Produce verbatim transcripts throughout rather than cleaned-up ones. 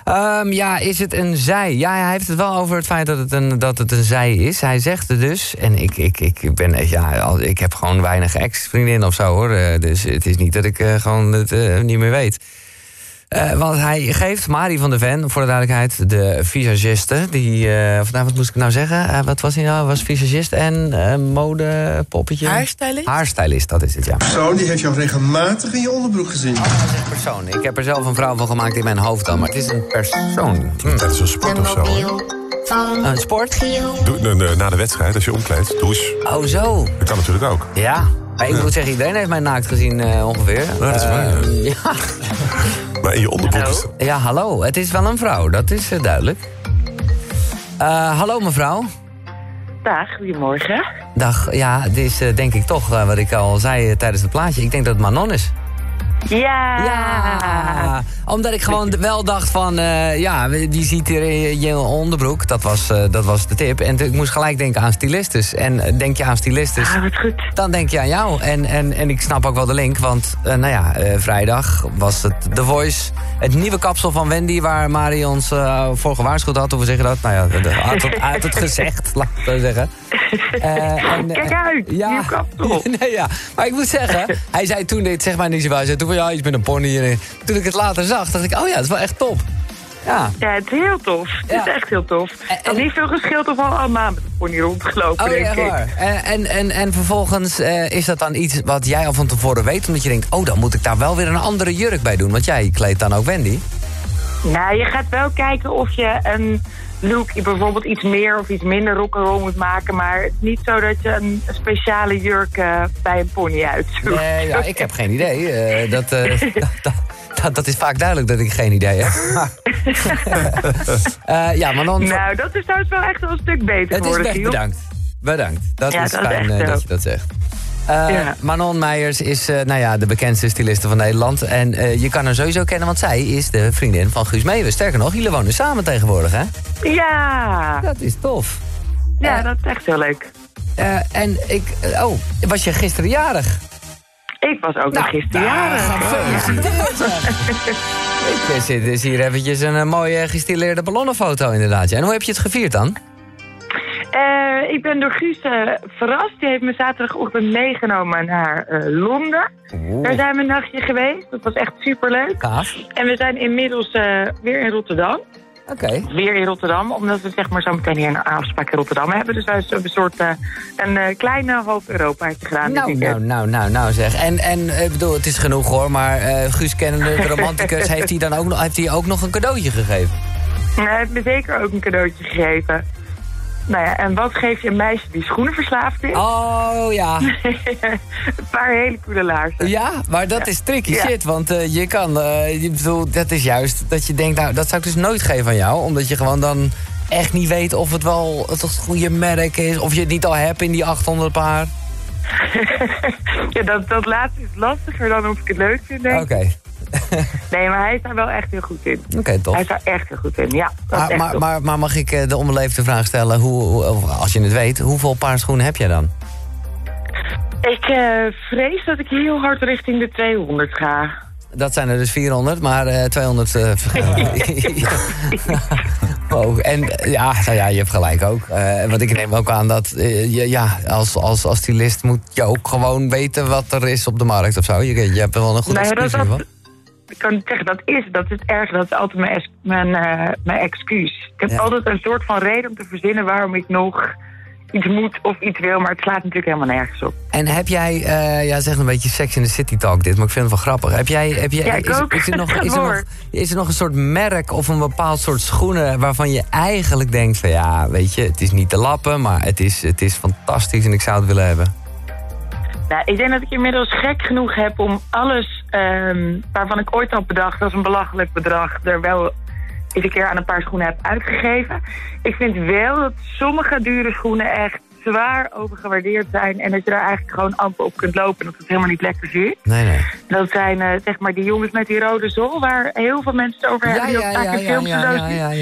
Um, ja, is het een zij? Ja, hij heeft het wel over het feit dat het een, dat het een zij is. Hij zegt het dus. En ik, ik, ik ben, ja, ik heb gewoon weinig ex-vriendinnen of zo, hoor. Uh, dus het is niet dat ik uh, gewoon het uh, niet meer weet. Uh, want hij geeft Marie van der Ven, voor de duidelijkheid, de visagiste. Die, uh, of, nou, wat moest ik nou zeggen? Uh, wat was hij nou? Was visagist en uh, modepoppetje? Haarstylist? Haarstylist, dat is het, ja. Persoon, die heeft jou regelmatig in je onderbroek gezien. Oh, dat is een persoon. Ik heb er zelf een vrouw van gemaakt in mijn hoofd dan. Maar het is een persoon. Hm. Dat is een sport of zo, hè? Een sport? Doe, uh, na de wedstrijd, als je omkleedt, doe eens. Oh, zo. Dat kan natuurlijk ook. Ja. Maar ik moet zeggen, iedereen heeft mij naakt gezien uh, ongeveer. Ja, dat is waar, uh, ja. ja. Maar in je onderbroek is... Ja, hallo. Het is wel een vrouw, dat is uh, duidelijk. Uh, hallo, mevrouw. Dag, goedemorgen. Dag, ja, dit is uh, denk ik toch uh, wat ik al zei uh, tijdens het plaatje. Ik denk dat het Manon is. Ja! Ja! Omdat ik gewoon wel dacht van, uh, ja, die ziet hier in je onderbroek. Dat was, uh, dat was de tip. En ik moest gelijk denken aan stylistes. En denk je aan stylistes, ah, wat goed. Dan denk je aan jou. En, en, en ik snap ook wel de link, want uh, nou ja, uh, vrijdag was het The Voice. Het nieuwe kapsel van Wendy, waar Marie ons uh, voor gewaarschuwd had. Hoe zeg je dat? Nou ja, uit het, uit het gezegd, laat ik zo zeggen. Uh, en, Kijk uit, ja, nieuw kapsel. Nee, ja. Maar ik moet zeggen, hij zei toen dit, zeg maar niet zo waar. Hij zei toen van, ja, iets met een pony. En toen ik het later zag, dacht ik, oh ja, dat is wel echt top. Ja, ja, het is heel tof. Ja. Het is echt heel tof. Het had niet veel geschild of al allemaal met de pony rondgelopen, oh, denk ja, ik. Waar. En, en, en, en vervolgens uh, is dat dan iets wat jij al van tevoren weet, omdat je denkt, oh, dan moet ik daar wel weer een andere jurk bij doen. Want jij kleedt dan ook Wendy. Nou, je gaat wel kijken of je een look bijvoorbeeld iets meer of iets minder rock'n'roll moet maken. Maar het is niet zo dat je een speciale jurk uh, bij een pony uitzoekt. Nee, ja, ik heb geen idee. Uh, dat, uh, dat, dat, dat, dat is vaak duidelijk dat ik geen idee heb. uh, ja, maar dan... Nou, dat is trouwens wel echt wel een stuk beter het geworden, is best, bedankt. Bedankt. Dat ja, is dat fijn is uh, dat je dat zegt. Uh, ja. Manon Meijers is uh, nou ja, de bekendste styliste van Nederland. En uh, je kan haar sowieso kennen, want zij is de vriendin van Guus Meeuwis. Sterker nog, jullie wonen samen tegenwoordig, hè? Ja! Dat is tof. Ja, uh, dat is echt heel leuk. Uh, en ik... Uh, oh, was je gisteren jarig? Ik was ook nog nou, gisteren jarig. Ik zit dus hier eventjes een uh, mooie gestileerde ballonnenfoto inderdaad. Ja. En hoe heb je het gevierd dan? Uh, ik ben door Guus uh, verrast. Die heeft me zaterdagochtend meegenomen naar uh, Londen. Oeh. Daar zijn we een nachtje geweest. Dat was echt superleuk. Gaaf. En we zijn inmiddels uh, weer in Rotterdam. Oké. Okay. Weer in Rotterdam, omdat we zeg maar zo meteen hier een afspraak in Rotterdam hebben. Dus wij hebben een soort uh, een uh, kleine half Europaatje gedaan. Nou, nou, nou, nou, nou zeg. En, en ik bedoel, het is genoeg hoor, maar uh, Guus kennende de romanticus, heeft hij dan ook nog, heeft hij ook nog een cadeautje gegeven? Nou, hij heeft me zeker ook een cadeautje gegeven. Nou ja, en wat geef je een meisje die schoenen verslaafd is? Oh, ja. Een paar hele coole laarzen. Ja, maar dat ja. is tricky ja. shit, want uh, je kan, uh, je bedoel, dat is juist dat je denkt, nou, dat zou ik dus nooit geven aan jou, omdat je gewoon dan echt niet weet of het wel het goede merk is, of je het niet al hebt in die achthonderd paar. Ja, dat, dat laatste is lastiger dan of ik het leuk vind, denk ik. Oké. Okay. Nee, maar hij is daar wel echt heel goed in. Oké, okay, top. Hij is daar echt heel goed in, ja. Dat maar, is echt maar, maar, maar mag ik de onbeleefde vraag stellen, hoe, als je het weet, hoeveel paar schoenen heb jij dan? Ik uh, vrees dat ik heel hard richting de tweehonderd ga. Dat zijn er dus vierhonderd, maar uh, tweehonderd... Uh, oh, en ja, nou ja, je hebt gelijk ook. Uh, want ik neem ook aan dat uh, je, ja, als, als, als stylist moet je ook gewoon weten wat er is op de markt of zo. Je, je hebt er wel een goed nee, excuus dat, van. Ik kan niet zeggen, dat is, dat is het erg, dat is altijd mijn, mijn, uh, mijn excuus. Ik heb ja. altijd een soort van reden om te verzinnen waarom ik nog iets moet of iets wil, maar het slaat natuurlijk helemaal nergens op. En heb jij, uh, ja, zeg een beetje Sex in the City talk dit, maar ik vind het wel grappig. Heb jij, heb jij, ja, ik is, ook. Is er, nog, is, er nog, is er nog een soort merk of een bepaald soort schoenen waarvan je eigenlijk denkt van ja, weet je, het is niet te lappen, maar het is, het is fantastisch en ik zou het willen hebben? Nou, ik denk dat ik inmiddels gek genoeg heb om alles um, waarvan ik ooit had bedacht, dat is een belachelijk bedrag, er wel eens een keer aan een paar schoenen heb uitgegeven. Ik vind wel dat sommige dure schoenen echt zwaar overgewaardeerd zijn en dat je daar eigenlijk gewoon amper op kunt lopen en dat het helemaal niet lekker zit. Nee, nee. Dat zijn uh, zeg maar die jongens met die rode zool waar heel veel mensen het over hebben. Ja, ja, ja, ja, ja, ja, ja, ja.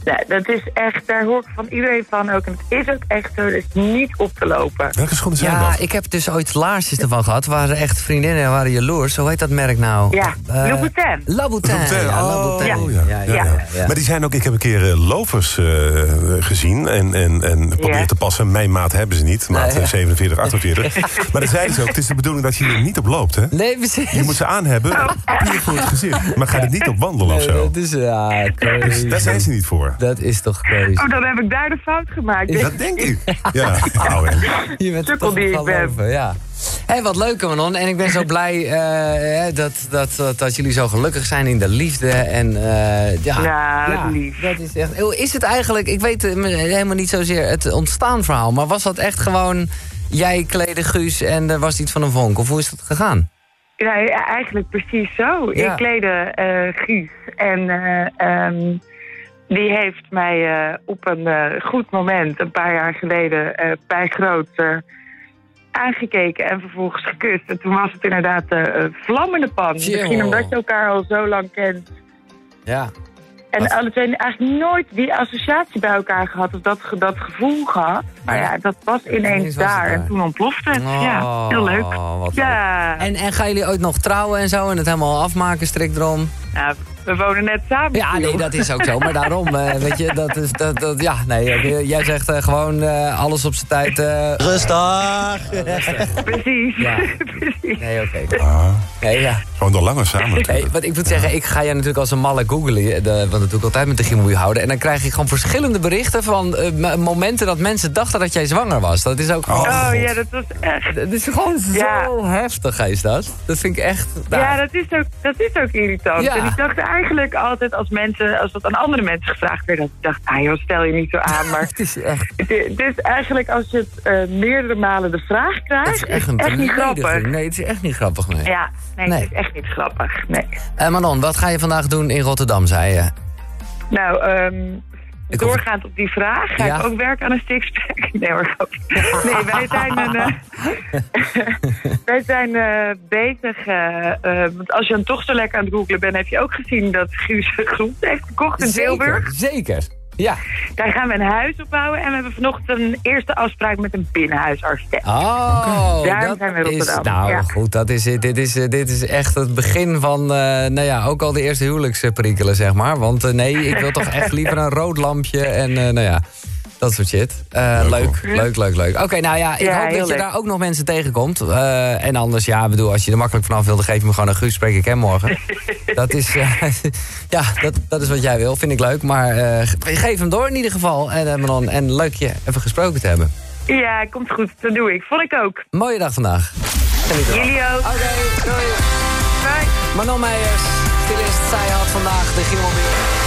Ja, dat is echt, daar hoor ik van iedereen van ook. En het is ook echt zo, dat is niet op te lopen. Welke schoenen zijn Ja, dat? ik heb dus ooit laarsjes ervan gehad. Waren echt vriendinnen en waren jaloers. Hoe heet dat merk nou? Ja, Eh, Louboutin. Louboutin. Louboutin, Ja, oh, Louboutin. ja. Ja, ja, Ja. ja, ja. Maar die zijn ook, ik heb een keer uh, lovers uh, gezien en, en, en proberen Ja. te passen. Mijn maat hebben ze niet, maat Nee, ja. zevenenveertig, achtenveertig. Maar dat zeiden ze ook, het is de bedoeling dat je er niet op loopt, hè? Nee, precies. Je moet ze aan hebben, papier voor het gezicht. Maar ga er niet op wandelen of Nee, zo. dat is, ja, crazy. Daar zijn ze niet voor. Dat is toch crazy. Oh, dan heb ik daar de fout gemaakt. Dat denk ik. Ja, nou, en Je bent er Sukkel toch die van ik ben. geloven, ja. Hé, wat leuk, Manon. En ik ben zo blij eh, dat, dat, dat, dat jullie zo gelukkig zijn in de liefde. En eh, ja, Ja, lief. dat is echt... Oh, is het eigenlijk, ik weet eh, helemaal niet zozeer het ontstaanverhaal, maar was dat echt gewoon, jij kleedde Guus en er was iets van een vonk? Of hoe is dat gegaan? Ja, ja, eigenlijk precies zo. Ja. Ik kleedde eh, Guus en eh, ehm, die heeft mij eh, op een eh, goed moment, een paar jaar geleden, eh bij groot eh, aangekeken en vervolgens gekust. En toen was het inderdaad uh, vlam in de pan. Chill. Misschien omdat je elkaar al zo lang kent. Ja. En Wat? alle twee eigenlijk nooit die associatie bij elkaar gehad of dat, ge- dat gevoel gehad. Maar ja, dat was Ineens ineens was het daar daar. en toen ontplofte het. ja, Oh, heel leuk. wat Ja, En, en gaan jullie ooit nog trouwen en zo en het helemaal afmaken, strikt erom? nou, we wonen net samen. Ja, nee, dat is ook zo. Maar daarom, eh, weet je, dat is... Dat, dat, ja, nee, eh, jij zegt eh, gewoon eh, alles op zijn tijd... eh, Rustig. Precies. Ja. Precies. Nee, oké. Ah, Nee, ja. gewoon nog langer samen. Nee, wat ik moet zeggen, ik ga je natuurlijk als een malle googlen. De, want dat doe ik altijd met de Gimelboei houden. En dan krijg ik gewoon verschillende berichten van eh, m- momenten dat mensen dachten dat jij zwanger was. Dat is ook gewoon... Oh ja, dat was echt... Dat is gewoon Ja. zo heftig, is dat. Dat vind ik echt... nou, Ja, dat is ook, dat is ook irritant. Ja. En ik dacht eigenlijk altijd als mensen, als dat aan andere mensen gevraagd werd, dat ik dacht, ah joh, stel je niet zo aan. Maar het is echt... het is, het is eigenlijk als je het eh, meerdere malen de vraag krijgt, Het is echt een echt niet belediging. grappig. Nee, het is echt niet grappig, nee. Ja, nee, Nee. het is echt niet grappig. Nee. Eh, Manon, wat ga je vandaag doen in Rotterdam, zei je? Nou, ehm, Ik hoef- doorgaand op die vraag, ga Ja. ik ook werken aan een sixpack? Nee hoor, grapje. Nee, wij zijn, een, eh, wij zijn eh, bezig, eh, eh, want als je dan toch zo lekker aan het googlen bent, heb je ook gezien dat Guus groente heeft gekocht in Tilburg. Zeker, zeker. Ja. Daar gaan we een huis opbouwen en we hebben vanochtend een eerste afspraak met een binnenhuisarchitect. Oh, Daar dat zijn we in is, Rotterdam, nou ja. goed, dat is, dit, is, dit is echt het begin van, uh, nou ja, ook al de eerste huwelijksperikelen, zeg maar. Want uh, nee, ik wil toch echt liever een rood lampje en uh, nou ja, dat soort shit. Uh, leuk, leuk, leuk, leuk, leuk. Oké, okay, nou ja, ik Ja, hoop heel dat je leuk. daar ook nog mensen tegenkomt. Uh, en anders, ja, bedoel, als je er makkelijk vanaf wil, dan geef je me gewoon een Guus, spreek ik hem morgen. Dat is, uh, ja, dat, dat is wat jij wil, vind ik leuk. Maar uh, geef hem door in ieder geval. En, uh, Manon, en leuk je even gesproken te hebben. Ja, komt goed, dat doe ik. Vond ik ook. Mooie dag vandaag. Geniet ervan. Jullie ook. Oké, okay, doei. Bye. Manon Meijers, stylist, zij had vandaag de Gimelboei.